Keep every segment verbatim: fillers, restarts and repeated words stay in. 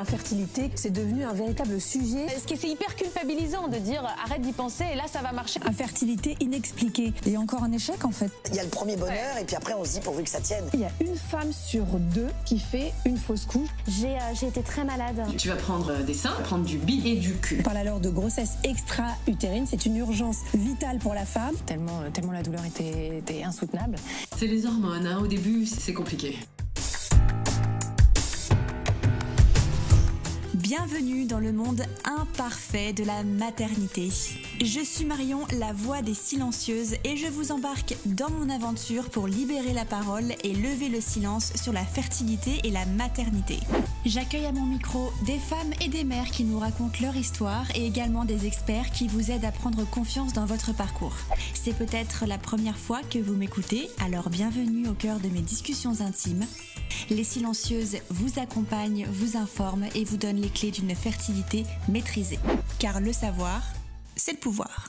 l'infertilité, c'est devenu un véritable sujet. Ce qui est hyper culpabilisant de dire arrête d'y penser et là ça va marcher. Infertilité inexpliquée et encore un échec en fait. Il y a le premier bonheur ouais. et puis après on se dit pourvu que ça tienne. Il y a une femme sur deux qui fait une fausse couche. J'ai, euh, j'ai été très malade. Tu vas prendre des seins, prendre du bi et du cul. On parle alors de grossesse extra-utérine, c'est une urgence vitale pour la femme. Tellement, tellement la douleur était, était insoutenable. C'est les hormones, hein. Au début c'est compliqué. Bienvenue dans le monde imparfait de la maternité. Je suis Marion, la voix des silencieuses, et je vous embarque dans mon aventure pour libérer la parole et lever le silence sur la fertilité et la maternité. J'accueille à mon micro des femmes et des mères qui nous racontent leur histoire et également des experts qui vous aident à prendre confiance dans votre parcours. C'est peut-être la première fois que vous m'écoutez, alors bienvenue au cœur de mes discussions intimes. Les silencieuses vous accompagnent, vous informent et vous donnent les clés d'une fertilité maîtrisée. Car le savoir, c'est le pouvoir.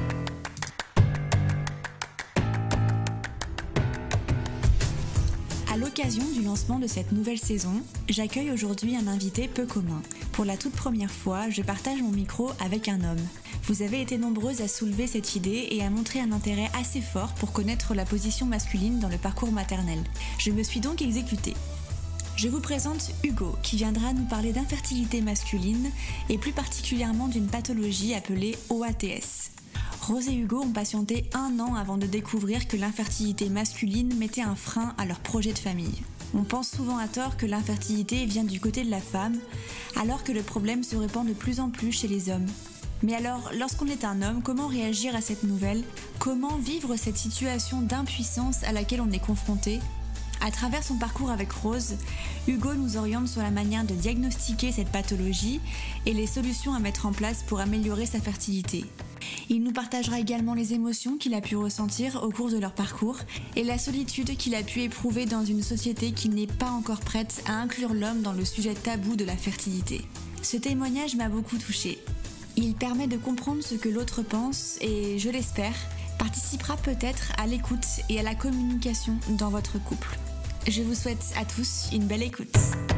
À l'occasion du lancement de cette nouvelle saison, j'accueille aujourd'hui un invité peu commun. Pour la toute première fois, je partage mon micro avec un homme. Vous avez été nombreuses à soulever cette idée et à montrer un intérêt assez fort pour connaître la position masculine dans le parcours maternel. Je me suis donc exécutée. Je vous présente Hugo, qui viendra nous parler d'infertilité masculine et plus particulièrement d'une pathologie appelée O A T S. Rose et Hugo ont patienté un an avant de découvrir que l'infertilité masculine mettait un frein à leur projet de famille. On pense souvent à tort que l'infertilité vient du côté de la femme, alors que le problème se répand de plus en plus chez les hommes. Mais alors, lorsqu'on est un homme, comment réagir à cette nouvelle ? Comment vivre cette situation d'impuissance à laquelle on est confronté ? À travers son parcours avec Rose, Hugo nous oriente sur la manière de diagnostiquer cette pathologie et les solutions à mettre en place pour améliorer sa fertilité. Il nous partagera également les émotions qu'il a pu ressentir au cours de leur parcours et la solitude qu'il a pu éprouver dans une société qui n'est pas encore prête à inclure l'homme dans le sujet tabou de la fertilité. Ce témoignage m'a beaucoup touchée. Il permet de comprendre ce que l'autre pense et, je l'espère, participera peut-être à l'écoute et à la communication dans votre couple. Je vous souhaite à tous une belle écoute.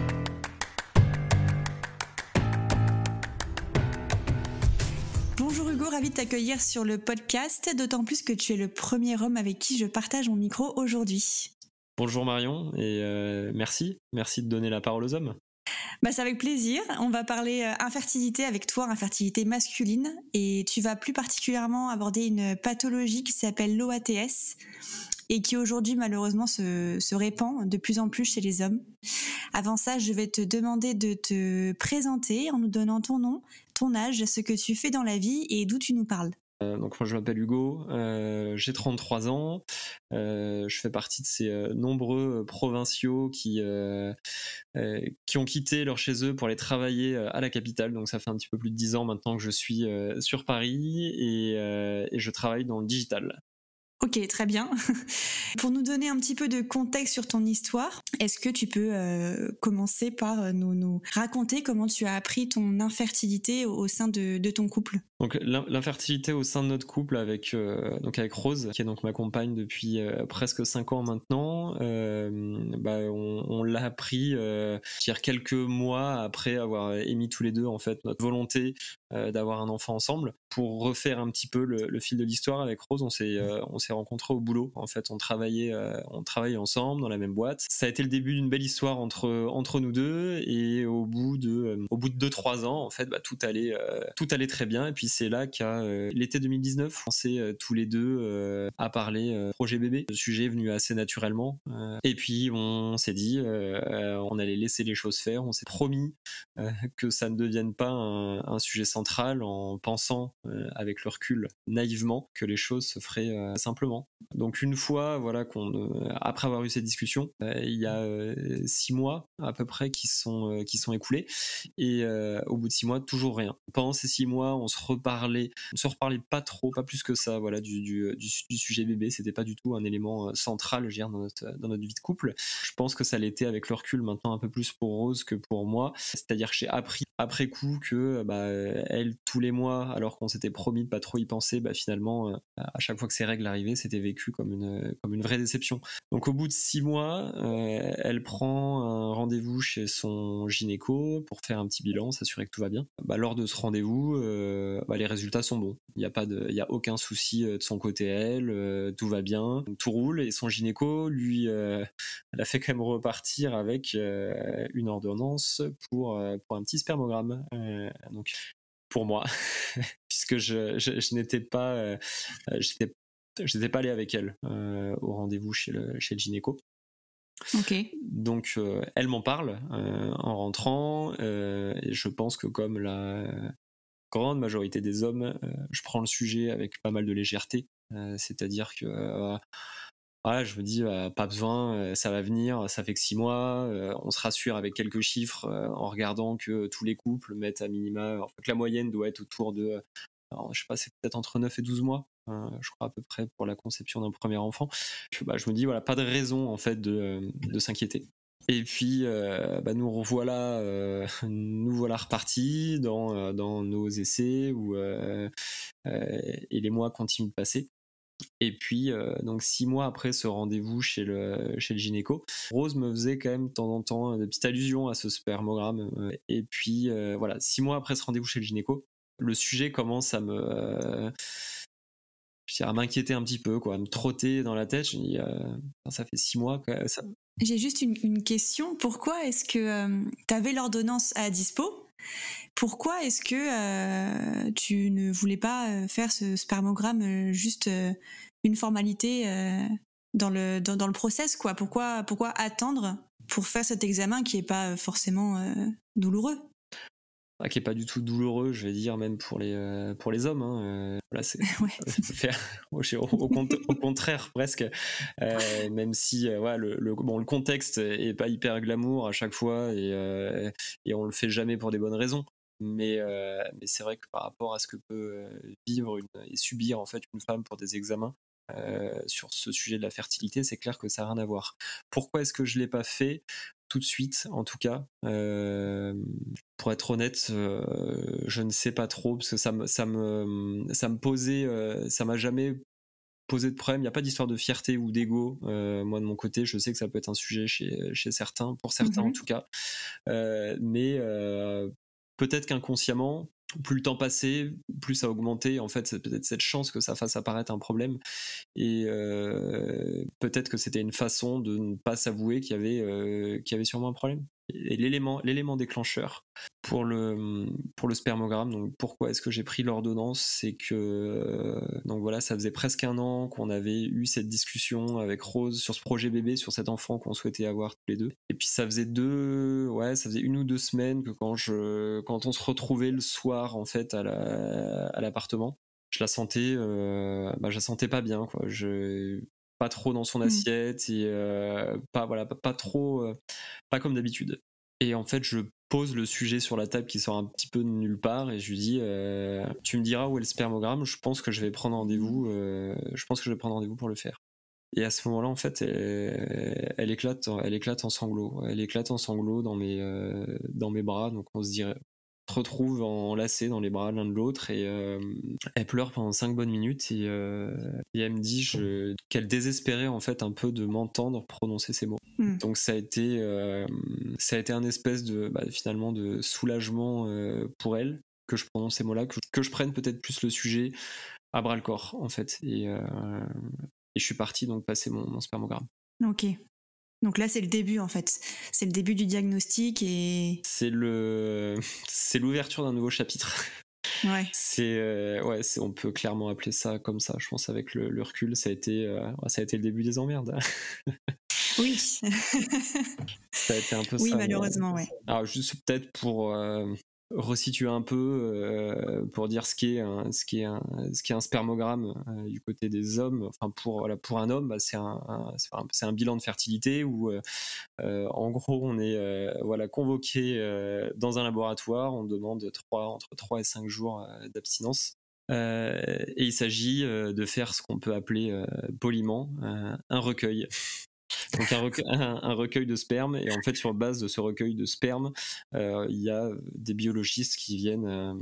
Bonjour Hugo, ravi de t'accueillir sur le podcast, d'autant plus que tu es le premier homme avec qui je partage mon micro aujourd'hui. Bonjour Marion et euh, merci, merci de donner la parole aux hommes. Bah, c'est avec plaisir. On va parler euh, infertilité avec toi, infertilité masculine, et tu vas plus particulièrement aborder une pathologie qui s'appelle l'O A T S et qui aujourd'hui malheureusement se, se répand de plus en plus chez les hommes. Avant ça, je vais te demander de te présenter en nous donnant ton nom, ton âge, ce que tu fais dans la vie et d'où tu nous parles. Euh, donc moi je m'appelle Hugo, euh, j'ai trente-trois ans, euh, je fais partie de ces euh, nombreux provinciaux qui, euh, euh, qui ont quitté leur chez eux pour aller travailler à la capitale, donc ça fait un petit peu plus de dix ans maintenant que je suis euh, sur Paris et, euh, et je travaille dans le digital. Ok, très bien. Pour nous donner un petit peu de contexte sur ton histoire, est-ce que tu peux euh, commencer par nous, nous raconter comment tu as appris ton infertilité au, au sein de, de ton couple ? Donc l'infertilité au sein de notre couple avec, euh, donc avec Rose, qui est donc ma compagne depuis euh, presque cinq ans maintenant, euh, bah on, on l'a appris euh, je veux dire quelques mois après avoir émis tous les deux en fait notre volonté euh, d'avoir un enfant ensemble. Pour refaire un petit peu le, le fil de l'histoire avec Rose, on s'est euh, on s'est rencontrés au boulot. En fait, on travaillait euh, on travaillait ensemble dans la même boîte. Ça a été le début d'une belle histoire entre entre nous deux et au bout de euh, au bout de deux trois ans, en fait, bah tout allait euh, tout allait très bien. Et puis c'est là qu'à euh, l'été deux mille dix-neuf, on s'est euh, tous les deux euh, à parler euh, projet bébé. Le sujet est venu assez naturellement. Euh, et puis on s'est dit euh, euh, on allait laisser les choses faire. On s'est promis euh, que ça ne devienne pas un, un sujet central en pensant euh, avec le recul naïvement que les choses se feraient euh, simplement. Donc une fois voilà qu'on euh, après avoir eu cette discussion, euh, il y a euh, six mois à peu près qui sont euh, qui sont écoulés et euh, au bout de six mois toujours rien. Pendant ces six mois on se reparlait, on se reparlait pas trop, pas plus que ça voilà du du du, du sujet bébé. C'était pas du tout un élément central je veux dire dans notre dans notre vie de couple. Je pense que ça l'était avec le recul maintenant un peu plus pour Rose que pour moi. C'est-à-dire que j'ai appris après coup que bah elle, tous les mois, alors qu'on s'était promis de pas trop y penser, bah, finalement, euh, à chaque fois que ces règles arrivaient, c'était vécu comme une, comme une vraie déception. Donc au bout de six mois, euh, elle prend un rendez-vous chez son gynéco pour faire un petit bilan, s'assurer que tout va bien. Bah, lors de ce rendez-vous, euh, bah, les résultats sont bons. Il n'y a pas de, il y a aucun souci de son côté, elle, euh, tout va bien, tout roule. Et son gynéco, lui, euh, elle a fait quand même repartir avec euh, une ordonnance pour, euh, pour un petit spermogramme. Euh, donc pour moi, puisque je, je, je n'étais pas, euh, j'étais, je n'étais pas allé avec elle euh, au rendez-vous chez le, chez le gynéco. Ok. Donc euh, elle m'en parle euh, en rentrant euh, et je pense que comme la grande majorité des hommes, euh, je prends le sujet avec pas mal de légèreté, euh, c'est-à-dire que euh, voilà, je me dis euh, pas besoin, euh, ça va venir, ça fait que six mois, euh, on se rassure avec quelques chiffres euh, en regardant que tous les couples mettent à minima, enfin, que la moyenne doit être autour de, alors, je sais pas, c'est peut-être entre neuf et douze mois, euh, je crois à peu près pour la conception d'un premier enfant. Je, bah, je me dis voilà, pas de raison en fait de, de s'inquiéter. Et puis euh, bah, nous revoilà, euh, nous voilà repartis dans, euh, dans nos essais où, euh, euh, et les mois continuent de passer. Et puis, euh, donc six mois après ce rendez-vous chez le, chez le gynéco, Rose me faisait quand même de temps en temps des petites allusions à ce spermogramme. Et puis, euh, voilà, six mois après ce rendez-vous chez le gynéco, le sujet commence à me, euh, je dirais, à m'inquiéter un petit peu, quoi, à me trotter dans la tête. Je me dis, euh, ça fait six mois que ça... J'ai juste une, une question. Pourquoi est-ce que euh, tu avais l'ordonnance à dispo ? Pourquoi est-ce que euh, tu ne voulais pas faire ce spermogramme euh, juste euh, une formalité euh, dans le dans, dans le process, quoi ? Pourquoi pourquoi attendre pour faire cet examen qui est pas forcément euh, douloureux ? Ah, qui est pas du tout douloureux, je vais dire, même pour les euh, pour les hommes. Hein. Euh, là, c'est ouais. faire au, au, au contraire presque. Euh, même si, euh, ouais, le, le bon, le contexte est pas hyper glamour à chaque fois et euh, et on le fait jamais pour des bonnes raisons. Mais euh, mais c'est vrai que par rapport à ce que peut vivre une, et subir en fait une femme pour des examens euh, sur ce sujet de la fertilité, c'est clair que ça n'a rien à voir. Pourquoi est-ce que je l'ai pas fait tout de suite, en tout cas, euh, pour être honnête, euh, je ne sais pas trop, parce que ça me, ça me, ça me posait, euh, ça m'a jamais posé de problème. Il n'y a pas d'histoire de fierté ou d'ego. Euh, moi, de mon côté, je sais que ça peut être un sujet chez, chez certains, pour certains mm-hmm. en tout cas. Euh, mais euh, peut-être qu'inconsciemment, plus le temps passait, plus ça augmentait. En fait, c'est peut-être cette chance que ça fasse apparaître un problème. Et euh, peut-être que c'était une façon de ne pas s'avouer qu'il y avait, euh, qu'il y avait sûrement un problème. Et l'élément, l'élément déclencheur pour le, pour le spermogramme, donc pourquoi est-ce que j'ai pris l'ordonnance, c'est que euh, donc voilà, ça faisait presque un an qu'on avait eu cette discussion avec Rose sur ce projet bébé, sur cet enfant qu'on souhaitait avoir tous les deux. Et puis ça faisait deux, ouais, ça faisait une ou deux semaines que quand je, quand on se retrouvait le soir en fait à la, à l'appartement, je la sentais, euh, bah je la sentais pas bien, quoi. Je pas trop dans son assiette et euh, pas voilà pas, pas trop euh, pas comme d'habitude. Et en fait je pose le sujet sur la table qui sort un petit peu de nulle part et je lui dis euh, tu me diras où est le spermogramme, je pense que je vais prendre rendez-vous euh, je pense que je vais prendre rendez-vous pour le faire. Et à ce moment-là en fait elle, elle éclate elle éclate en sanglots elle éclate en sanglots dans mes euh, dans mes bras, donc on se dirait se retrouve enlacés dans les bras l'un de l'autre et euh, elle pleure pendant cinq bonnes minutes et, euh, et elle me dit je, qu'elle désespérait en fait un peu de m'entendre prononcer ces mots. Mm. Donc ça a été euh, ça a été un espèce de bah, finalement de soulagement euh, pour elle que je prononce ces mots-là, que, que je prenne peut-être plus le sujet à bras le corps en fait et, euh, et je suis parti donc passer mon, mon spermogramme. Ok. Donc là, c'est le début, en fait. C'est le début du diagnostic et... C'est, le... c'est l'ouverture d'un nouveau chapitre. Ouais. C'est, euh, ouais, c'est, on peut clairement appeler ça comme ça. Je pense avec le, le recul, ça a, été, euh, ça a été le début des emmerdes. Oui. Ça a été un peu oui, ça. Oui, malheureusement, ouais. Alors, juste peut-être pour... Euh, resituer un peu euh, pour dire ce qui est un, ce qui est un, ce qui est un spermogramme euh, du côté des hommes. Enfin pour voilà, pour un homme, bah, c'est un, un, c'est un c'est un bilan de fertilité où euh, euh, en gros on est euh, voilà convoqué euh, dans un laboratoire, on demande trois entre trois et cinq jours euh, d'abstinence. Euh, et il s'agit euh, de faire ce qu'on peut appeler euh, poliment euh, un recueil. Donc un recueil, un, un recueil de sperme, et en fait sur base de ce recueil de sperme, euh, il y a des biologistes qui viennent, euh,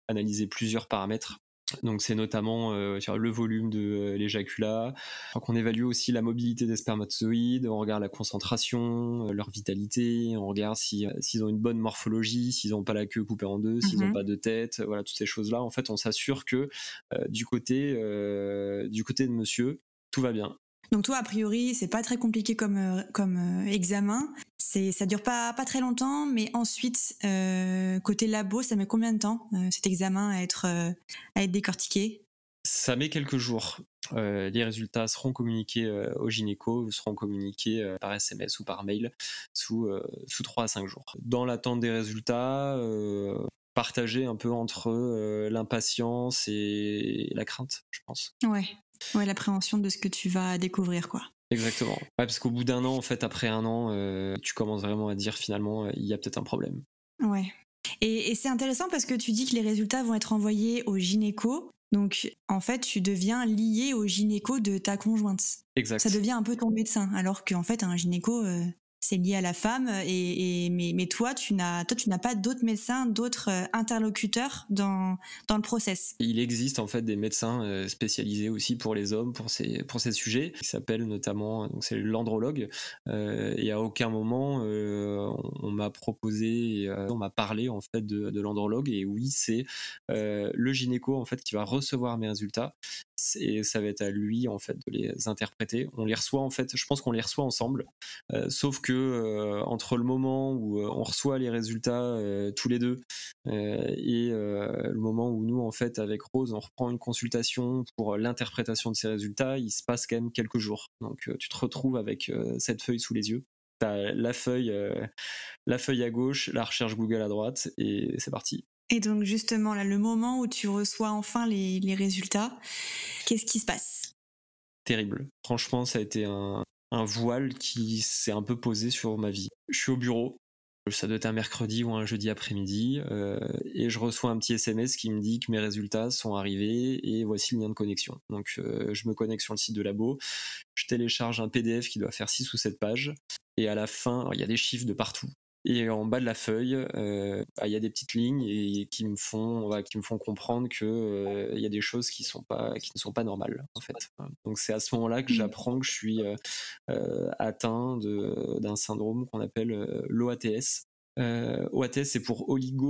analyser plusieurs paramètres. Donc c'est notamment euh, le volume de euh, l'éjaculat. Donc on évalue aussi la mobilité des spermatozoïdes, on regarde la concentration, euh, leur vitalité, on regarde si, euh, s'ils ont une bonne morphologie, s'ils n'ont pas la queue coupée en deux, s'ils n'ont mm-hmm. pas de tête, voilà, toutes ces choses-là. En fait, on s'assure que euh, du côté, euh, du côté de monsieur, tout va bien. Donc toi, a priori, c'est pas très compliqué comme, euh, comme euh, examen. C'est, ça dure pas, pas très longtemps, mais ensuite, euh, côté labo, ça met combien de temps, euh, cet examen, à être, euh, à être décortiqué ? Ça met quelques jours. Euh, les résultats seront communiqués euh, au gynéco, seront communiqués euh, par S M S ou par mail sous, euh, sous trois à cinq jours. Dans l'attente des résultats, euh, partagé un peu entre euh, l'impatience et la crainte, je pense. Ouais. Ouais, l'appréhension de ce que tu vas découvrir, quoi. Exactement. Ouais, parce qu'au bout d'un an, en fait, après un an, euh, tu commences vraiment à dire finalement, il y a peut-être un problème. Ouais. Et, et c'est intéressant parce que tu dis que les résultats vont être envoyés au gynéco. Donc, en fait, tu deviens lié au gynéco de ta conjointe. Exact. Ça devient un peu ton médecin, alors qu'en fait, un gynéco, euh, c'est lié à la femme. Et, et mais, mais toi, tu n'as, toi, tu n'as pas d'autres médecins, d'autres euh, interlocuteurs dans dans le process. Il existe en fait des médecins euh, spécialisés aussi pour les hommes, pour ces pour ces sujets, qui s'appellent notamment, donc c'est l'andrologue. Euh, et à aucun moment euh, on, on m'a proposé, euh, on m'a parlé en fait de, de l'andrologue. Et oui, c'est euh, le gynéco en fait qui va recevoir mes résultats. Et ça va être à lui en fait de les interpréter. On les reçoit en fait, je pense qu'on les reçoit ensemble, euh, sauf que euh, entre le moment où euh, on reçoit les résultats euh, tous les deux euh, et euh, le moment où nous en fait avec Rose on reprend une consultation pour l'interprétation de ces résultats, il se passe quand même quelques jours. Donc euh, tu te retrouves avec euh, cette feuille sous les yeux. T'as la feuille, euh, la feuille à gauche, la recherche Google à droite et c'est parti. Et donc justement, là, le moment où tu reçois enfin les, les résultats, qu'est-ce qui se passe ? Terrible. Franchement, ça a été un, un voile qui s'est un peu posé sur ma vie. Je suis au bureau, ça doit être un mercredi ou un jeudi après-midi, euh, et je reçois un petit S M S qui me dit que mes résultats sont arrivés et voici le lien de connexion. Donc euh, je me connecte sur le site de labo, je télécharge un P D F qui doit faire six ou sept pages, et à la fin, il y a des chiffres de partout. Et en bas de la feuille, euh, il y a des petites lignes et qui me font, ouais, qui me font comprendre que euh, il y a des choses qui sont pas, qui ne sont pas normales en fait. Donc c'est à ce moment-là que j'apprends que je suis euh, atteint de, d'un syndrome qu'on appelle euh, l'O A T S. Euh, O A T S, c'est pour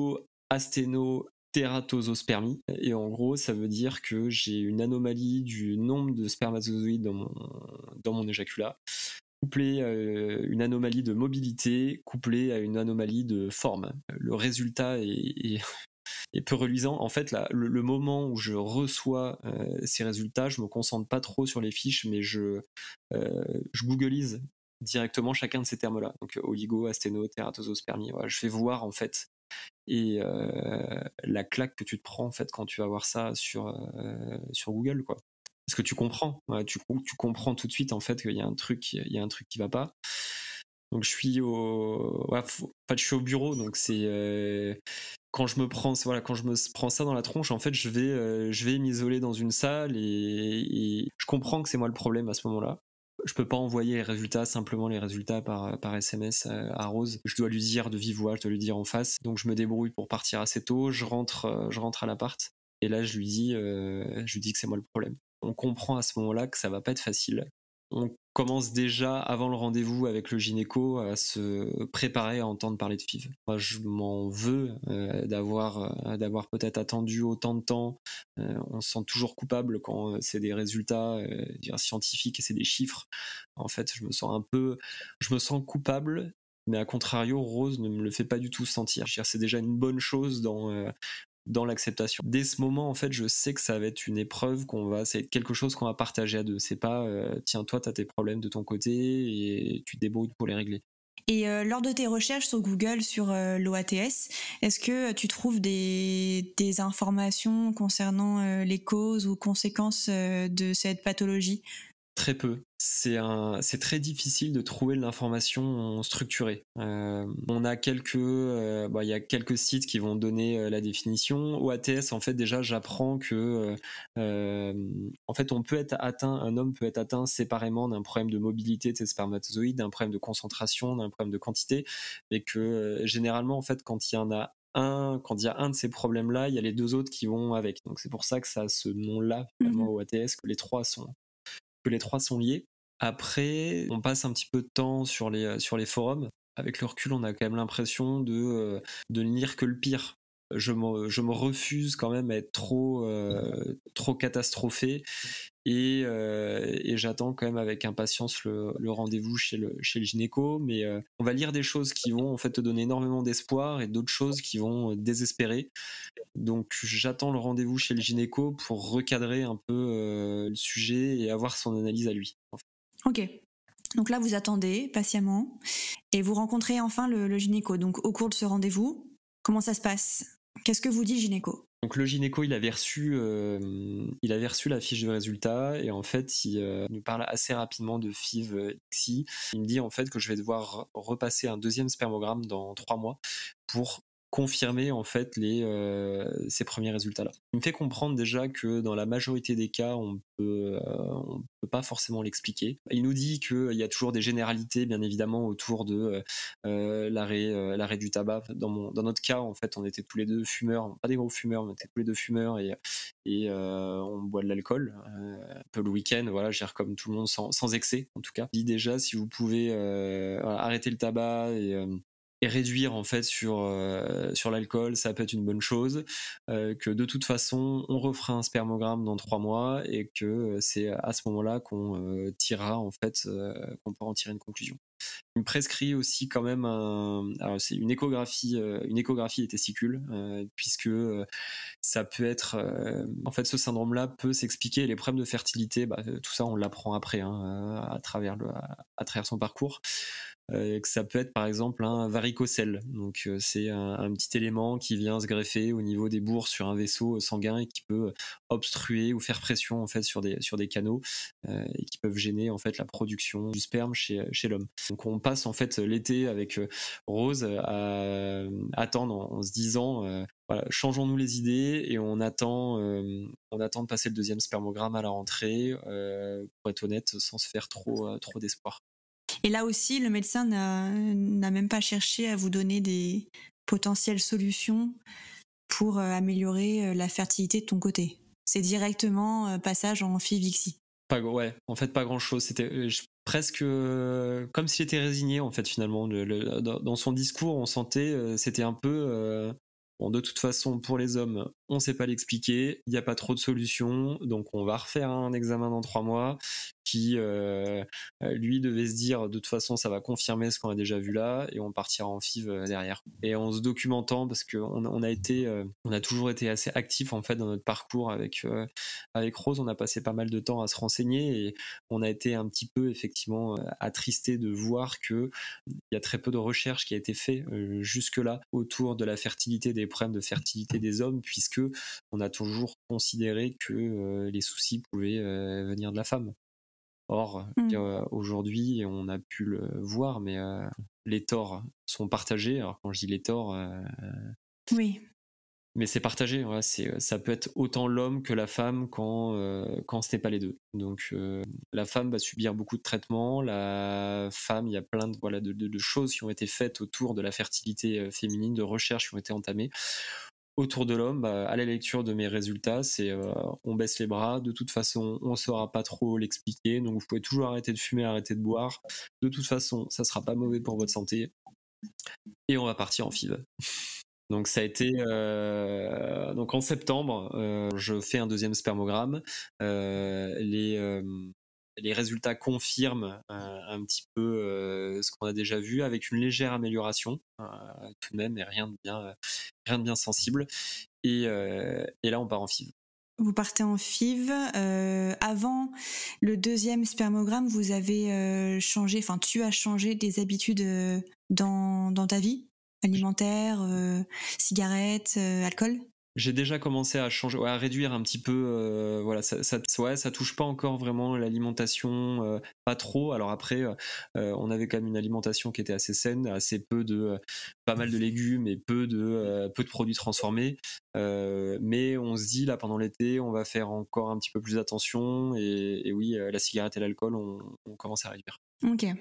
oligo-asténotératosospermie, et en gros, ça veut dire que j'ai une anomalie du nombre de spermatozoïdes dans mon dans mon éjaculat, couplé à une anomalie de mobilité, couplé à une anomalie de forme. Le résultat est, est, est peu reluisant. En fait, là, le, le moment où je reçois euh, ces résultats, je me concentre pas trop sur les fiches, mais je, euh, je googleise directement chacun de ces termes-là. Donc oligo, asténo, tératosospermie. Voilà, je vais voir en fait. Et euh, la claque que tu te prends en fait quand tu vas voir ça sur, euh, sur Google, quoi. Parce que tu comprends, ouais, tu, tu comprends tout de suite en fait qu'il y a un truc, il y a un truc qui va pas. Donc je suis au, ouais, faut, en fait, je suis au bureau, donc c'est euh, quand je me prends, voilà, quand je me prends ça dans la tronche, en fait, je vais, euh, je vais m'isoler dans une salle et, et je comprends que c'est moi le problème à ce moment-là. Je peux pas envoyer les résultats, simplement les résultats par, par S M S à Rose. Je dois lui dire de vive voix, je dois lui dire en face. Donc je me débrouille pour partir assez tôt. Je rentre, je rentre à l'appart et là je lui dis, euh, je lui dis que c'est moi le problème. On comprend à ce moment-là que ça va pas être facile. On commence déjà, avant le rendez-vous avec le gynéco, à se préparer à entendre parler de F I V. Moi, je m'en veux euh, d'avoir, euh, d'avoir peut-être attendu autant de temps. Euh, on se sent toujours coupable quand c'est des résultats euh, scientifiques et c'est des chiffres. En fait, je me sens un peu... Je me sens coupable, mais à contrario, Rose ne me le fait pas du tout sentir. Je veux dire, c'est déjà une bonne chose dans... Euh, dans l'acceptation. Dès ce moment, en fait, je sais que ça va être une épreuve qu'on va, c'est quelque chose qu'on va partager à deux. C'est pas, euh, tiens, toi, t'as tes problèmes de ton côté et tu te débrouilles pour les régler. Et euh, lors de tes recherches sur Google sur euh, l'O A T S, est-ce que tu trouves des, des informations concernant euh, les causes ou conséquences euh, de cette pathologie ? Très peu. C'est, un, c'est très difficile de trouver de l'information structurée. Euh, on a quelques, euh, bah, y a quelques sites qui vont donner euh, la définition. O A T S, en fait, déjà, j'apprends que, euh, en fait, on peut être atteint, un homme peut être atteint séparément d'un problème de mobilité de ses spermatozoïdes, d'un problème de concentration, d'un problème de quantité, mais que euh, généralement, en fait, quand il y en a un, quand il y a un de ces problèmes-là, il y a les deux autres qui vont avec. Donc c'est pour ça que ça a ce nom-là finalement mmh. au A T S, que les trois sont, que les trois sont liés. Après, on passe un petit peu de temps sur les, sur les forums. Avec le recul, on a quand même l'impression de, de ne lire que le pire. Je me, je me refuse quand même à être trop, euh, trop catastrophé et, euh, et j'attends quand même avec impatience le, le rendez-vous chez le, chez le gynéco. Mais euh, on va lire des choses qui vont en fait te donner énormément d'espoir et d'autres choses qui vont désespérer. Donc j'attends le rendez-vous chez le gynéco pour recadrer un peu euh, le sujet et avoir son analyse à lui. En fait. Ok. Donc là, vous attendez patiemment et vous rencontrez enfin le, le gynéco. Donc au cours de ce rendez-vous, comment ça se passe ? Qu'est-ce que vous dit le gynéco ? Donc le gynéco, il avait reçu, euh, il avait reçu la fiche de résultat et en fait, il euh, nous parle assez rapidement de F I V X I. Il me dit en fait que je vais devoir repasser un deuxième spermogramme dans trois mois pour confirmer en fait les, euh, ces premiers résultats-là. Il me fait comprendre déjà que dans la majorité des cas, on peut, euh, on peut pas forcément l'expliquer. Il nous dit qu'il y a toujours des généralités, bien évidemment, autour de euh, l'arrêt, euh, l'arrêt du tabac. Dans, mon, dans notre cas, en fait, on était tous les deux fumeurs, pas des gros fumeurs, mais on était tous les deux fumeurs et, et euh, on boit de l'alcool euh, un peu le week-end. Voilà, je gère comme tout le monde, sans, sans excès en tout cas. Il dit déjà si vous pouvez euh, voilà, arrêter le tabac et euh, et réduire en fait sur euh, sur l'alcool, ça peut être une bonne chose, euh, que de toute façon on refera un spermogramme dans trois mois et que c'est à ce moment-là qu'on euh, tirera en fait, euh, qu'on pourra en tirer une conclusion. Il me prescrit aussi quand même un, alors c'est une échographie, euh, une échographie des testicules, euh, puisque euh, ça peut être, euh, en fait, ce syndrome-là peut s'expliquer. Les problèmes de fertilité, bah, tout ça on l'apprend après, hein, à travers le, à, à travers son parcours. Euh, que ça peut être par exemple un varicocèle, donc euh, c'est un, un petit élément qui vient se greffer au niveau des bourses sur un vaisseau sanguin et qui peut obstruer ou faire pression en fait sur des sur des canaux euh, et qui peuvent gêner en fait la production du sperme chez chez l'homme. Donc on passe en fait l'été avec euh, Rose à attendre en, en se disant euh, voilà, changeons-nous les idées et on attend euh, on attend de passer le deuxième spermogramme à la rentrée euh, pour être honnête sans se faire trop euh, trop d'espoir. Et là aussi, le médecin n'a, n'a même pas cherché à vous donner des potentielles solutions pour euh, améliorer euh, la fertilité de ton côté. C'est directement euh, passage en F I V X I. Pas, ouais, en fait, pas grand-chose. C'était je, presque euh, comme s'il était résigné, en fait, finalement. Le, le, dans, dans son discours, on sentait, euh, c'était un peu... Euh, bon, de toute façon, pour les hommes, on ne sait pas l'expliquer. Il n'y a pas trop de solutions. Donc, on va refaire un examen dans trois mois. Qui euh, lui devait se dire de toute façon ça va confirmer ce qu'on a déjà vu là et on partira en F I V derrière. Et en se documentant parce qu'on on a été, euh, on a toujours été assez actifs en fait dans notre parcours avec euh, avec Rose, on a passé pas mal de temps à se renseigner et on a été un petit peu effectivement attristé de voir que il y a très peu de recherche qui a été fait euh, jusque là autour de la fertilité, des problèmes de fertilité des hommes puisque on a toujours considéré que euh, les soucis pouvaient euh, venir de la femme. Or, mmh. euh, aujourd'hui, on a pu le voir, mais euh, les torts sont partagés. Alors, quand je dis les torts, euh, oui. Mais c'est partagé. Ouais, c'est, ça peut être autant l'homme que la femme quand, euh, quand ce n'est pas les deux. Donc, euh, la femme va subir beaucoup de traitements. La femme, il y a plein de, voilà, de, de, de choses qui ont été faites autour de la fertilité féminine, de recherches qui ont été entamées. Autour de l'homme, bah, à la lecture de mes résultats, c'est euh, on baisse les bras. De toute façon, on ne saura pas trop l'expliquer. Donc, vous pouvez toujours arrêter de fumer, arrêter de boire. De toute façon, ça sera pas mauvais pour votre santé. Et on va partir en F I V. Donc, ça a été euh, donc en septembre, euh, je fais un deuxième spermogramme. Euh, les euh, Les résultats confirment euh, un petit peu euh, ce qu'on a déjà vu, avec une légère amélioration, euh, tout de même, mais rien de bien, euh, rien de bien sensible. Et, euh, et là, on part en F I V. Vous partez en F I V. Euh, avant le deuxième spermogramme, vous avez euh, changé, enfin, tu as changé des habitudes euh, dans, dans ta vie, alimentaire, euh, cigarettes, euh, alcool ? J'ai déjà commencé à changer, ouais, à réduire un petit peu. Euh, voilà, ça, ça, ouais, ça touche pas encore vraiment l'alimentation, euh, pas trop. Alors après, euh, on avait quand même une alimentation qui était assez saine, assez peu de, euh, pas mal de légumes et peu de, euh, peu de produits transformés. Euh, mais on se dit là pendant l'été, on va faire encore un petit peu plus attention. Et, et oui, la cigarette et l'alcool, on, on commence à réduire. Ok.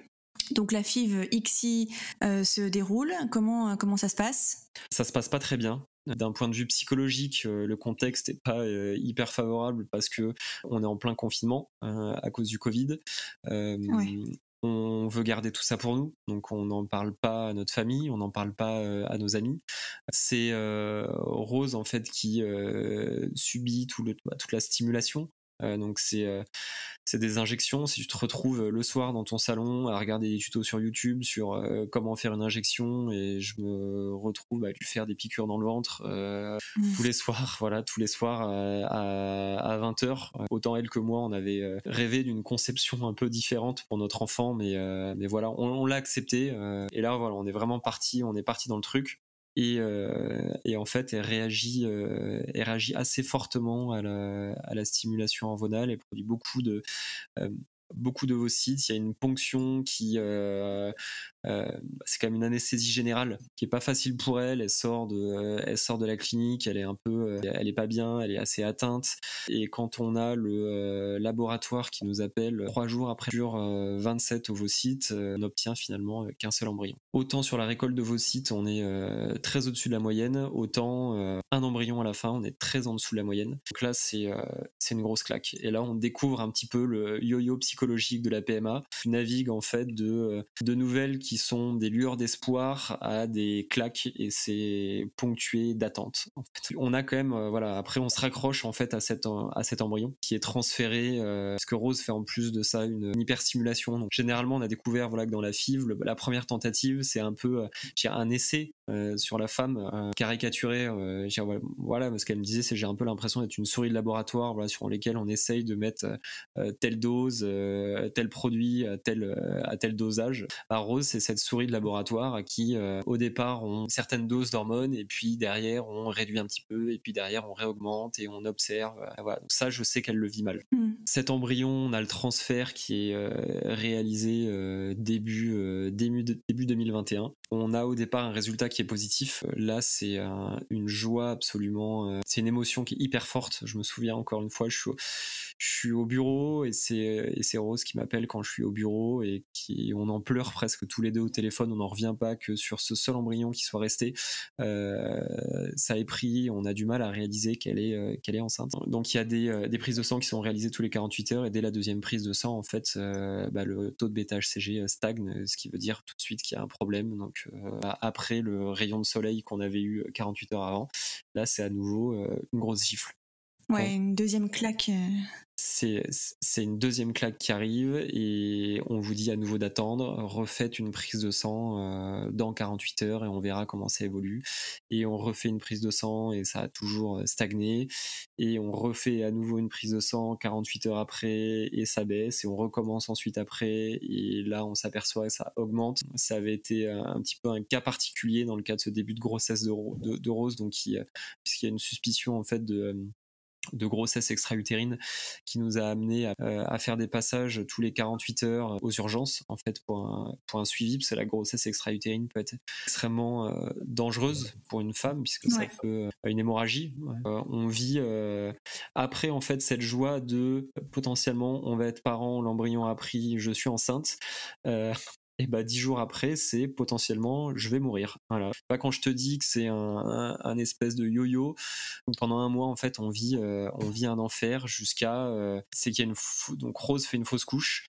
Donc la F I V X I euh, se déroule. Comment, comment ça se passe ? Ça se passe pas très bien. D'un point de vue psychologique, euh, le contexte est pas euh, hyper favorable parce que on est en plein confinement euh, à cause du Covid. Euh, ouais. On veut garder tout ça pour nous, donc on n'en parle pas à notre famille, on n'en parle pas euh, à nos amis. C'est euh, Rose en fait qui euh, subit tout le, bah, toute la stimulation. Euh, donc c'est, euh, c'est des injections. Si tu te retrouves le soir dans ton salon à regarder des tutos sur YouTube sur euh, comment faire une injection et je me retrouve à lui faire des piqûres dans le ventre euh, mmh. tous les soirs, voilà, tous les soirs euh, à, à vingt heures. Autant elle que moi, on avait euh, rêvé d'une conception un peu différente pour notre enfant, mais, euh, mais voilà, on, on l'a accepté. Euh, et là, voilà, on est vraiment parti, on est parti dans le truc. Et, euh, et en fait, elle réagit, euh, elle réagit assez fortement à la, à la stimulation hormonale. Elle produit beaucoup de, euh, beaucoup d'ovocytes. Il y a une ponction qui, euh, euh, c'est quand même une anesthésie générale qui est pas facile pour elle. Elle sort de, euh, elle sort de la clinique. Elle est un peu, euh, elle est pas bien. Elle est assez atteinte. Et quand on a le euh, laboratoire qui nous appelle trois jours après sur euh, vingt-sept ovocytes, euh, on obtient finalement qu'un seul embryon. Autant sur la récolte d'ovocytes, on est euh, très au-dessus de la moyenne. Autant euh, un embryon à la fin, on est très en dessous de la moyenne. Donc là, c'est euh, c'est une grosse claque. Et là, on découvre un petit peu le yo-yo psychologique de la P M A. Tu navigues en fait de de nouvelles qui qui sont des lueurs d'espoir à des claques et c'est ponctué d'attente. En fait. On a quand même, euh, voilà, après on se raccroche en fait à cet, à cet embryon qui est transféré, euh, parce que Rose fait en plus de ça une, une hyperstimulation. Donc généralement on a découvert voilà, que dans la F I V, le, la première tentative c'est un peu euh, un essai euh, sur la femme euh, caricaturé. Euh, voilà, voilà, ce qu'elle me disait c'est j'ai un peu l'impression d'être une souris de laboratoire voilà, sur lesquelles on essaye de mettre euh, telle dose, euh, tel produit à tel, euh, à tel dosage. À Rose c'est cette souris de laboratoire qui euh, au départ ont certaines doses d'hormones et puis derrière on réduit un petit peu et puis derrière on réaugmente et on observe. Euh, voilà. Donc ça je sais qu'elle le vit mal. Mm. Cet embryon, on a le transfert qui est euh, réalisé euh, début, euh, début, début deux mille vingt et un. On a au départ un résultat qui est positif. Là c'est un, une joie absolument, euh, c'est une émotion qui est hyper forte. Je me souviens encore une fois, je suis au, je suis au bureau et c'est, et c'est Rose qui m'appelle quand je suis au bureau et qui, on en pleure presque tous les deux au téléphone. On n'en revient pas que sur ce seul embryon qui soit resté. Euh, ça est pris, on a du mal à réaliser qu'elle est, euh, qu'elle est enceinte. Donc il y a des, euh, des prises de sang qui sont réalisées tous les quarante-huit heures et dès la deuxième prise de sang, en fait, euh, bah, le taux de bêta-H C G stagne, ce qui veut dire tout de suite qu'il y a un problème. Donc euh, après le rayon de soleil qu'on avait eu quarante-huit heures avant, là c'est à nouveau euh, une grosse gifle. Ouais, bon. Une deuxième claque. Euh... C'est, c'est une deuxième claque qui arrive et on vous dit à nouveau d'attendre, refaites une prise de sang euh, dans quarante-huit heures et on verra comment ça évolue. Et on refait une prise de sang et ça a toujours stagné. Et on refait à nouveau une prise de sang quarante-huit heures après et ça baisse et on recommence ensuite après et là on s'aperçoit que ça augmente. Ça avait été un petit peu un cas particulier dans le cas de ce début de grossesse de, de, de Rose, donc qui, puisqu'il y a une suspicion en fait de... de grossesse extra-utérine qui nous a amené à, à faire des passages tous les quarante-huit heures aux urgences en fait pour un, pour un suivi parce que la grossesse extra-utérine peut être extrêmement euh, dangereuse pour une femme puisque ouais. ça peut euh, une hémorragie. Euh, on vit euh, après en fait cette joie de potentiellement on va être parent, l'embryon a pris, je suis enceinte. Euh, et bah dix jours après, c'est potentiellement je vais mourir. Voilà. Pas quand je te dis que c'est un, un, un espèce de yo-yo. Donc pendant un mois en fait, on vit, euh, on vit un enfer jusqu'à euh, c'est qu'il y a une f... donc Rose fait une fausse couche,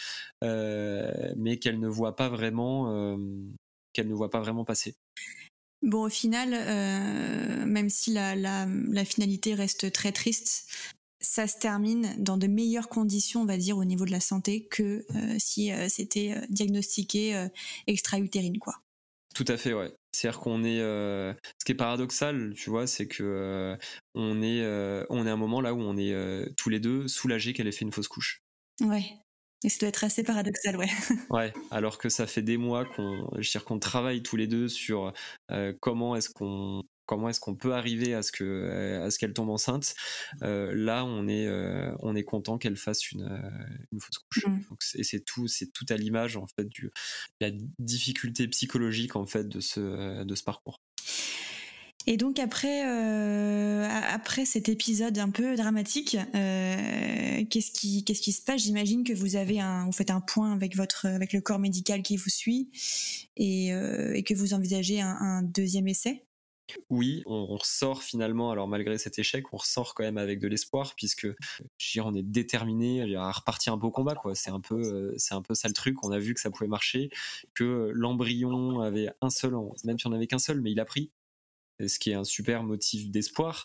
euh, mais qu'elle ne voit pas vraiment, euh, qu'elle ne voit pas vraiment passer. Bon, au final, euh, même si la, la, la finalité reste très triste, ça se termine dans de meilleures conditions, on va dire, au niveau de la santé que euh, si euh, c'était euh, diagnostiqué euh, extra-utérine, quoi. Tout à fait, ouais. C'est-à-dire qu'on est, euh, ce qui est paradoxal, tu vois, c'est que euh, on est, euh, on est à un moment là où on est euh, tous les deux soulagés qu'elle ait fait une fausse couche. Ouais. Et ça doit être assez paradoxal, ouais. Ouais, alors que ça fait des mois qu'on, je veux dire, qu'on travaille tous les deux sur euh, comment est-ce qu'on comment est-ce qu'on peut arriver à ce que à ce qu'elle tombe enceinte. Euh, là on est euh, on est content qu'elle fasse une une fausse couche. Mmh. Donc c'est, et c'est tout c'est tout à l'image en fait du la difficulté psychologique en fait de ce de ce parcours. Et donc après, euh, après cet épisode un peu dramatique, euh, qu'est-ce qui, qu'est-ce qui se passe ? J'imagine que vous avez un, vous faites un point avec votre, avec le corps médical qui vous suit, et, euh, et que vous envisagez un, un deuxième essai. Oui, on, on ressort finalement, alors malgré cet échec, on ressort quand même avec de l'espoir, puisque je dirais, on est déterminé à repartir un peu au combat, quoi. C'est un peu, euh, c'est un peu ça le truc. On a vu que ça pouvait marcher, que l'embryon avait un seul, même si on n'avait qu'un seul, mais il a pris. Ce qui est un super motif d'espoir.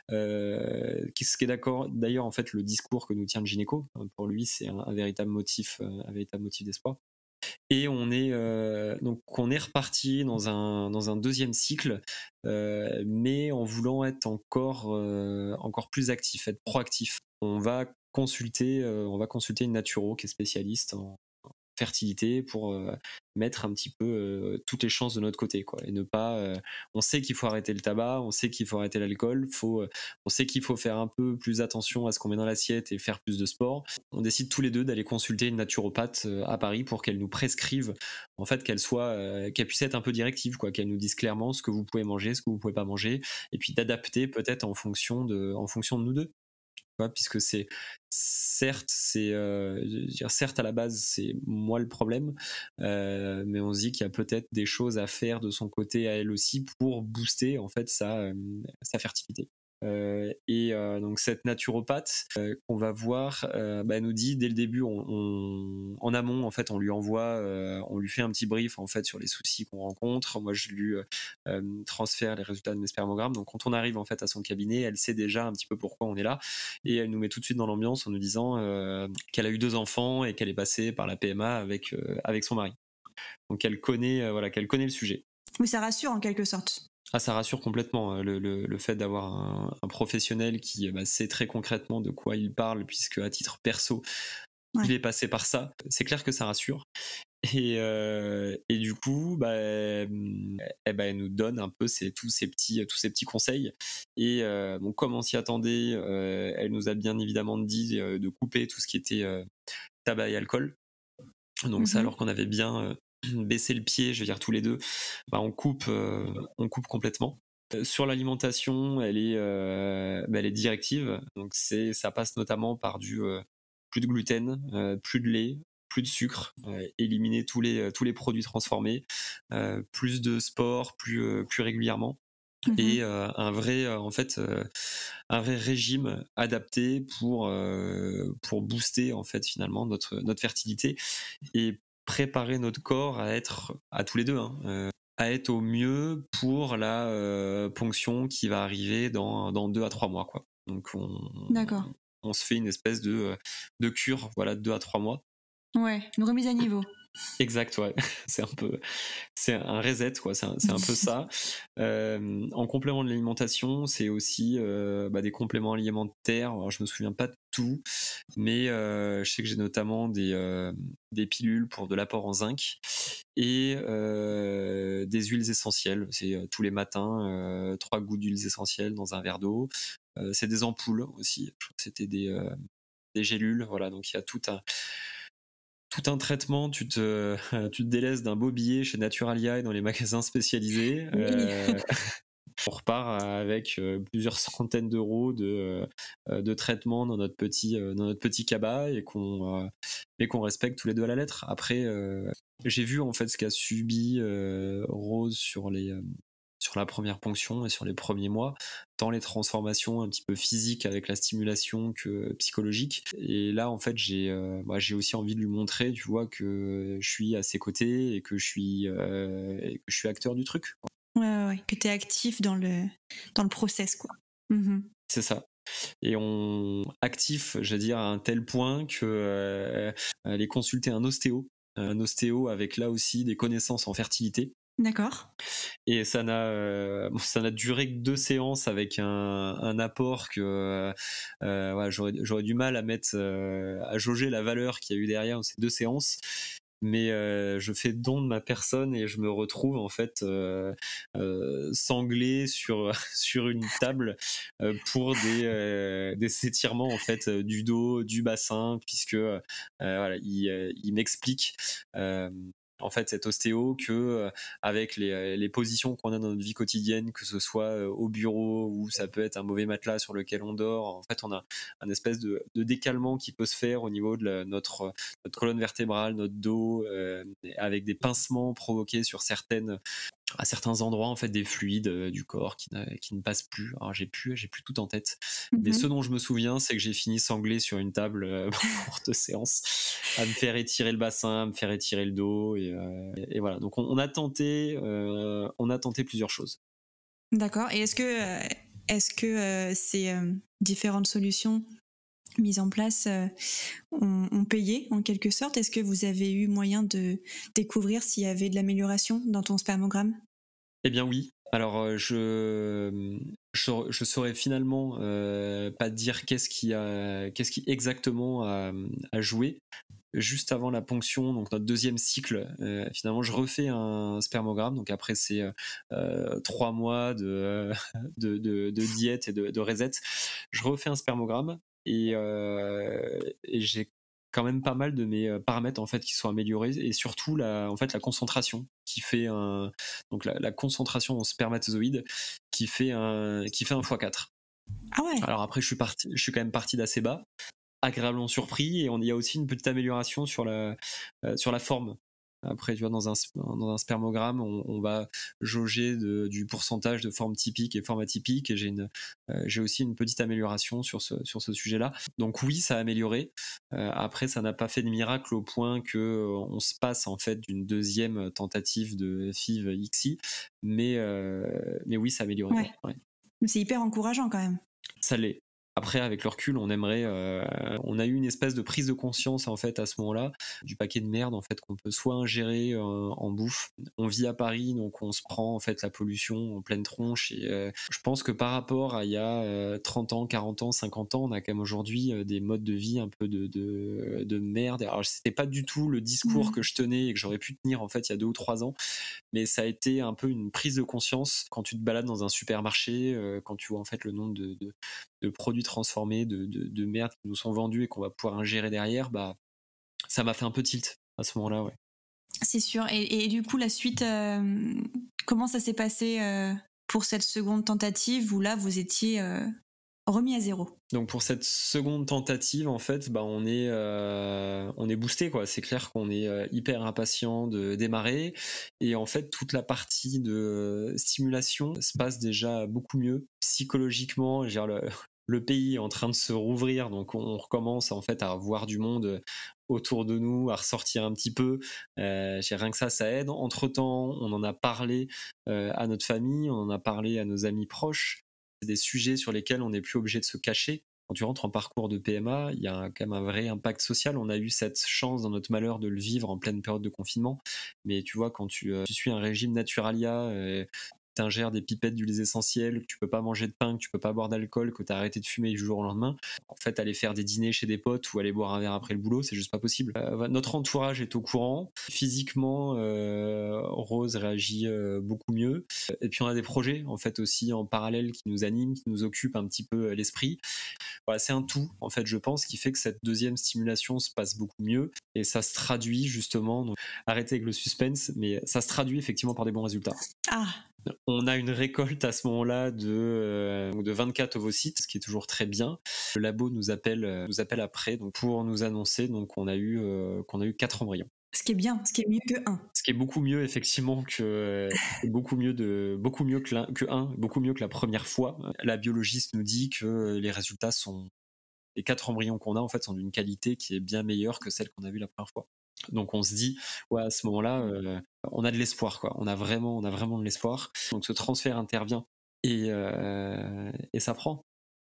Euh, ce qui est d'accord, d'ailleurs, en fait, le discours que nous tient le gynéco, pour lui, c'est un, un véritable motif, un véritable motif d'espoir. Et on est euh, donc on est reparti dans un dans un deuxième cycle, euh, mais en voulant être encore euh, encore plus actif, être proactif. On va consulter, euh, on va consulter une naturo qui est spécialiste en fertilité pour euh, mettre un petit peu euh, toutes les chances de notre côté, quoi, et ne pas euh, on sait qu'il faut arrêter le tabac, on sait qu'il faut arrêter l'alcool, faut euh, on sait qu'il faut faire un peu plus attention à ce qu'on met dans l'assiette et faire plus de sport. On décide tous les deux d'aller consulter une naturopathe euh, à Paris pour qu'elle nous prescrive, en fait, qu'elle soit euh, qu'elle puisse être un peu directive, quoi, qu'elle nous dise clairement ce que vous pouvez manger, ce que vous pouvez pas manger, et puis d'adapter peut-être en fonction de en fonction de nous deux. Puisque c'est certes c'est euh, je veux dire, certes à la base c'est moi le problème, euh, mais on se dit qu'il y a peut-être des choses à faire de son côté à elle aussi pour booster en fait sa euh, sa fertilité. Euh, et euh, donc cette naturopathe euh, qu'on va voir euh, bah, nous dit dès le début, on, on, en amont en fait on lui envoie, euh, on lui fait un petit brief en fait sur les soucis qu'on rencontre. Moi je lui euh, transfère les résultats de mes spermogrammes, donc quand on arrive en fait à son cabinet, elle sait déjà un petit peu pourquoi on est là, et elle nous met tout de suite dans l'ambiance en nous disant euh, qu'elle a eu deux enfants et qu'elle est passée par la P M A avec euh, avec son mari, donc elle connaît euh, voilà qu'elle connaît le sujet. Oui, ça rassure en quelque sorte. Ah, ça rassure complètement, le, le, le fait d'avoir un, un professionnel qui bah, sait très concrètement de quoi il parle, puisque à titre perso, ouais. il est passé par ça. C'est clair que ça rassure. Et, euh, et du coup, bah, eh ben, elle nous donne un peu ces, tous, ces petits, tous ces petits conseils. Et euh, bon, comme on s'y attendait, euh, elle nous a bien évidemment dit euh, de couper tout ce qui était euh, tabac et alcool. Donc mm-hmm. ça, alors qu'on avait bien... Euh, baisser le pied, je veux dire tous les deux, bah on coupe, euh, on coupe complètement. Euh, sur l'alimentation, elle est, euh, bah elle est directive, donc c'est, ça passe notamment par du euh, plus de gluten, euh, plus de lait, plus de sucre, euh, éliminer tous les tous les produits transformés, euh, plus de sport, plus euh, plus régulièrement. Mmh. Et euh, un vrai, euh, en fait, euh, un vrai régime adapté pour euh, pour booster en fait finalement notre notre fertilité et préparer notre corps à être, à tous les deux, hein, euh, à être au mieux pour la euh, ponction qui va arriver dans, dans deux à trois mois, quoi. Donc on, D'accord. on, on se fait une espèce de, de cure, voilà, de deux à trois mois. Ouais, une remise à niveau. Exact, ouais. C'est un peu, c'est un reset, quoi. C'est un, c'est un peu ça. Euh, en complément de l'alimentation, c'est aussi euh, bah, des compléments alimentaires. Alors, je me souviens pas de tout, mais euh, je sais que j'ai notamment des euh, des pilules pour de l'apport en zinc et euh, des huiles essentielles. C'est euh, tous les matins euh, trois gouttes d'huiles essentielles dans un verre d'eau. Euh, c'est des ampoules aussi. Je crois que c'était des euh, des gélules. Voilà, donc il y a tout un tout un traitement, tu te, tu te délaisses d'un beau billet chez Naturalia et dans les magasins spécialisés. Oui. Euh, on repart avec plusieurs centaines d'euros de, de traitement dans notre petit, dans notre petit cabas et qu'on, et qu'on respecte tous les deux à la lettre. Après, euh, j'ai vu en fait ce qu'a subi euh, Rose sur les, sur la première ponction et sur les premiers mois, tant les transformations un petit peu physiques avec la stimulation que psychologique. Et là, en fait, j'ai, euh, bah, j'ai aussi envie de lui montrer, tu vois, que je suis à ses côtés et que je suis, euh, et que je suis acteur du truc, quoi. Ouais, ouais, ouais, que t'es actif dans le, dans le process, quoi. Mm-hmm. C'est ça. Et on actif, je veux dire, à un tel point que euh, aller consulter un ostéo, un ostéo avec là aussi des connaissances en fertilité. D'accord. Et ça n'a euh, ça n'a duré que deux séances avec un, un apport que euh, ouais, j'aurais j'aurais du mal à mettre euh, à jauger la valeur qu'il y a eu derrière ces deux séances. Mais euh, je fais don de ma personne et je me retrouve en fait euh, euh, sanglé sur sur une table euh, pour des euh, des étirements en fait du dos, du bassin, puisque euh, voilà, il, il m'explique. Euh, en fait cet ostéo que euh, avec les, les positions qu'on a dans notre vie quotidienne, que ce soit euh, au bureau ou ça peut être un mauvais matelas sur lequel on dort, en fait on a un espèce de, de décalement qui peut se faire au niveau de la, notre, notre colonne vertébrale, notre dos, euh, avec des pincements provoqués sur certaines à certains endroits en fait des fluides euh, du corps qui, qui ne passent plus. Alors j'ai plus j'ai plus tout en tête, mm-hmm. mais ce dont je me souviens c'est que j'ai fini sanglé sur une table euh, pour deux séances à me faire étirer le bassin, à me faire étirer le dos et, euh, et voilà. Donc on, on a tenté euh, on a tenté plusieurs choses. D'accord. Et est-ce que euh, est-ce que euh, ces euh, différentes solutions mises en place euh, ont, ont payé en quelque sorte? Est-ce que vous avez eu moyen de découvrir s'il y avait de l'amélioration dans ton spermogramme? Eh bien oui. Alors je je, je saurais finalement euh, pas dire qu'est-ce qui a qu'est-ce qui exactement a, a joué. Juste avant la ponction, donc notre deuxième cycle, euh, finalement je refais un spermogramme. Donc après c'est euh, trois mois de, de, de, de diète et de, de reset. Je refais un spermogramme et, euh, et j'ai quand même pas mal de mes paramètres en fait qui sont améliorés et surtout la en fait la concentration qui fait un donc la, la concentration en spermatozoïdes qui fait un qui fait un fois quatre. Ah ouais. Alors après je suis parti je suis quand même parti d'assez bas, agréablement surpris, et on y a aussi une petite amélioration sur la euh, sur la forme. Après, tu vois, dans un, dans un spermogramme, on, on va jauger de, du pourcentage de forme typique et forme atypique, et j'ai, une, euh, j'ai aussi une petite amélioration sur ce, sur ce sujet-là. Donc oui, ça a amélioré. Euh, après, ça n'a pas fait de miracle au point qu'on euh, se passe en fait d'une deuxième tentative de F I V X I, mais, euh, mais oui, ça a amélioré. Ouais. Ouais. Mais c'est hyper encourageant quand même. Ça l'est. Après, avec le recul, on aimerait, euh, on a eu une espèce de prise de conscience en fait à ce moment-là du paquet de merde en fait qu'on peut soit ingérer euh, en bouffe. On vit à Paris, donc on se prend en fait la pollution en pleine tronche. Et euh, je pense que par rapport à il y a euh, trente ans, quarante ans, cinquante ans, on a quand même aujourd'hui euh, des modes de vie un peu de de, de merde. Alors c'était pas du tout le discours mmh. que je tenais et que j'aurais pu tenir en fait il y a deux ou trois ans, mais ça a été un peu une prise de conscience quand tu te balades dans un supermarché, euh, quand tu vois en fait le nombre de, de, de produits transformés, de, de, de merde qui nous sont vendus et qu'on va pouvoir ingérer derrière, bah, ça m'a fait un peu tilt à ce moment-là, ouais. C'est sûr. Et, et du coup, la suite, euh, comment ça s'est passé euh, pour cette seconde tentative où là, vous étiez euh, remis à zéro? Donc pour cette seconde tentative, en fait, bah on est euh, on est boosté quoi. C'est clair qu'on est euh, hyper impatient de démarrer, et en fait toute la partie de stimulation se passe déjà beaucoup mieux psychologiquement. Je veux dire, le, le pays est en train de se rouvrir, donc on recommence en fait à voir du monde autour de nous, à ressortir un petit peu. Euh, rien que ça, ça aide. Entre-temps, on en a parlé euh, à notre famille, on en a parlé à nos amis proches. C'est des sujets sur lesquels on n'est plus obligé de se cacher. Quand tu rentres en parcours de P M A, il y a quand même un vrai impact social. On a eu cette chance dans notre malheur de le vivre en pleine période de confinement. Mais tu vois, quand tu, euh, tu suis un régime Naturalia, euh, t'ingères des pipettes d'huiles essentielles, que tu peux pas manger de pain, que tu peux pas boire d'alcool, que t'as arrêté de fumer du jour au lendemain, en fait, aller faire des dîners chez des potes ou aller boire un verre après le boulot, c'est juste pas possible. Euh, notre entourage est au courant. Physiquement, euh, Rose réagit euh, beaucoup mieux. Et puis on a des projets, en fait, aussi en parallèle qui nous animent, qui nous occupent un petit peu l'esprit. Voilà, c'est un tout, en fait, je pense, qui fait que cette deuxième stimulation se passe beaucoup mieux, et ça se traduit justement, donc arrêtez avec le suspense, mais ça se traduit effectivement par des bons résultats. Ah. On a une récolte à ce moment-là de, euh, de vingt-quatre ovocytes, ce qui est toujours très bien. Le labo nous appelle, euh, nous appelle après donc pour nous annoncer donc qu'on a eu, euh, qu'on a eu quatre embryons. Ce qui est bien, ce qui est mieux que un. Ce qui est beaucoup mieux effectivement que euh, beaucoup mieux de beaucoup mieux que, l'un, que un, beaucoup mieux que la première fois. La biologiste nous dit que les résultats sont les quatre embryons qu'on a en fait sont d'une qualité qui est bien meilleure que celle qu'on a vue la première fois. Donc on se dit, ouais, à ce moment-là, euh, on a de l'espoir, quoi. On a vraiment, on a vraiment de l'espoir. Donc ce transfert intervient et euh, et ça prend,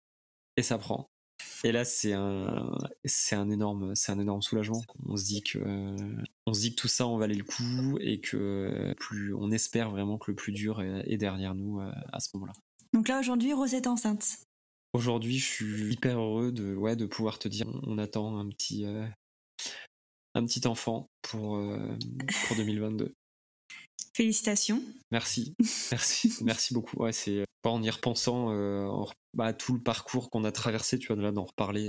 et ça prend. Et là, c'est un, c'est un énorme, c'est un énorme soulagement. On se dit que, euh, on se dit que tout ça en valait le coup et que plus, on espère vraiment que le plus dur est, est derrière nous euh, à ce moment-là. Donc là, aujourd'hui, Rose est enceinte. Aujourd'hui, je suis hyper heureux de, ouais, de pouvoir te dire, on attend un petit. Euh, un petit enfant pour, euh, pour deux mille vingt-deux. Félicitations. Merci, merci, merci beaucoup. Ouais, c'est en y repensant euh, en, bah, tout le parcours qu'on a traversé, tu vois, de là d'en reparler. Euh,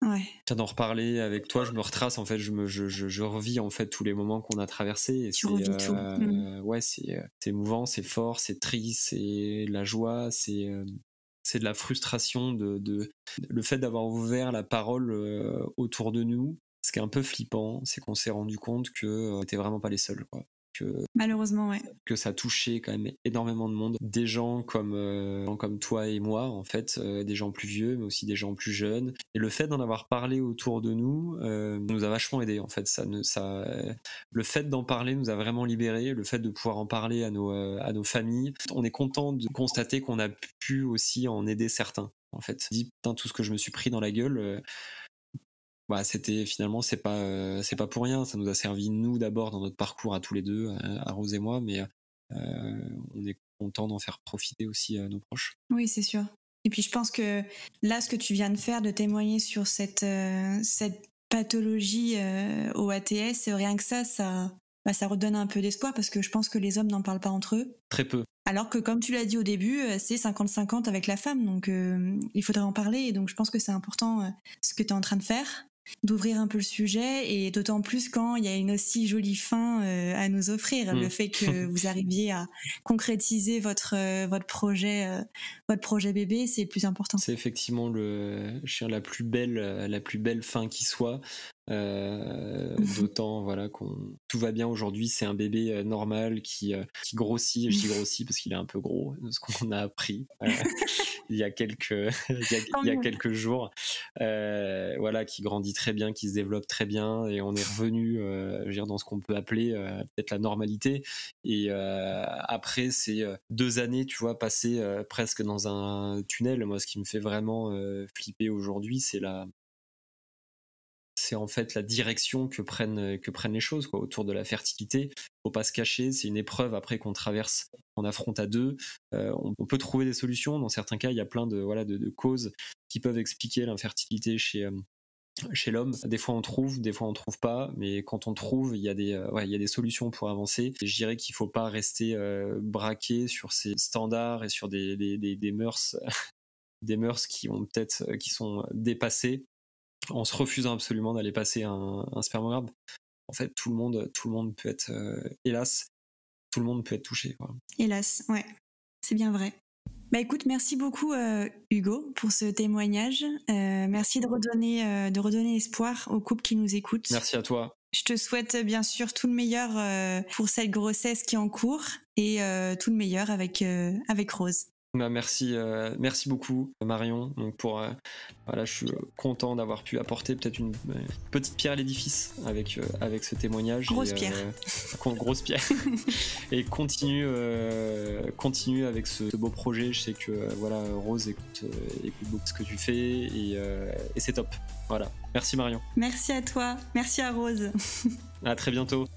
Ouais. Tiens, d'en reparler avec toi, je me retrace en fait, je me, je, je, je revis en fait tous les moments qu'on a traversés. Et tu c'est, revis euh, tout. Mmh. Ouais, c'est, c'est émouvant, c'est fort, c'est triste, c'est de la joie, c'est, euh, c'est de la frustration, de, de le fait d'avoir ouvert la parole euh, autour de nous. Ce qui est un peu flippant, c'est qu'on s'est rendu compte que euh, on n'était vraiment pas les seuls, quoi. Que, Malheureusement, ouais. que ça touchait quand même énormément de monde, des gens comme euh, gens comme toi et moi en fait, euh, des gens plus vieux mais aussi des gens plus jeunes, et le fait d'en avoir parlé autour de nous euh, nous a vachement aidé en fait. Ça, ne, ça, euh, le fait d'en parler nous a vraiment libérés, le fait de pouvoir en parler à nos, euh, à nos familles. On est content de constater qu'on a pu aussi en aider certains en fait. Dit putain, tout ce que je me suis pris dans la gueule, euh, bah, c'était finalement c'est pas euh, c'est pas pour rien, ça nous a servi nous d'abord dans notre parcours à tous les deux, à, à Rose et moi, mais euh, on est content d'en faire profiter aussi à nos proches. Oui, c'est sûr. Et puis je pense que là, ce que tu viens de faire, de témoigner sur cette euh, cette pathologie euh, au A T S, rien que ça, ça bah, ça redonne un peu d'espoir, parce que je pense que les hommes n'en parlent pas entre eux. Très peu. Alors que, comme tu l'as dit au début, c'est cinquante cinquante avec la femme, donc euh, il faudrait en parler. Et donc je pense que c'est important euh, ce que tu es en train de faire, d'ouvrir un peu le sujet, et d'autant plus quand il y a une aussi jolie fin euh, à nous offrir. Mmh. Le fait que vous arriviez à concrétiser votre euh, votre projet euh, votre projet bébé, c'est le plus important. C'est effectivement le chien la plus belle la plus belle fin qui soit. Euh, d'autant voilà qu'on tout va bien aujourd'hui, c'est un bébé euh, normal qui euh, qui grossit. Je dis grossit parce qu'il est un peu gros, ce qu'on a appris euh, il y a quelques il y a, il y a quelques jours, euh, voilà, qui grandit très bien, qui se développe très bien, et on est revenu euh, je veux dire, dans ce qu'on peut appeler euh, peut-être la normalité. Et euh, après c'est euh, deux années, tu vois, passées euh, presque dans un tunnel. Moi, ce qui me fait vraiment euh, flipper aujourd'hui, c'est la c'est en fait la direction que prennent, que prennent les choses, quoi, autour de la fertilité. Faut pas se cacher, c'est une épreuve après qu'on traverse, qu'on affronte à deux. Euh, on, on peut trouver des solutions. Dans certains cas, il y a plein de, voilà, de, de causes qui peuvent expliquer l'infertilité chez, euh, chez l'homme. Des fois on trouve, des fois on trouve pas, mais quand on trouve, il y a des, euh, ouais, il y a des solutions pour avancer. Et je dirais qu'il faut pas rester euh, braqué sur ces standards et sur des, des, des, des mœurs, des mœurs qui ont peut-être, qui sont dépassées, en se refusant absolument d'aller passer un, un spermogramme. En fait, tout le monde, tout le monde peut être, euh, hélas, tout le monde peut être touché. Voilà. Hélas, ouais, c'est bien vrai. Bah écoute, merci beaucoup euh, Hugo pour ce témoignage. Euh, merci de redonner, euh, de redonner espoir aux couples qui nous écoutent. Merci à toi. Je te souhaite bien sûr tout le meilleur euh, pour cette grossesse qui est en cours, et euh, tout le meilleur avec, euh, avec Rose. Bah merci, euh, merci beaucoup Marion. Donc pour, euh, voilà, je suis content d'avoir pu apporter peut-être une euh, petite pierre à l'édifice avec euh, avec ce témoignage. Grosse et, pierre. Euh, grosse pierre. Et continue, euh, continue avec ce, ce beau projet. Je sais que euh, voilà, Rose écoute, euh, écoute beaucoup ce que tu fais, et, euh, et c'est top. Voilà. Merci Marion. Merci à toi. Merci à Rose. À très bientôt.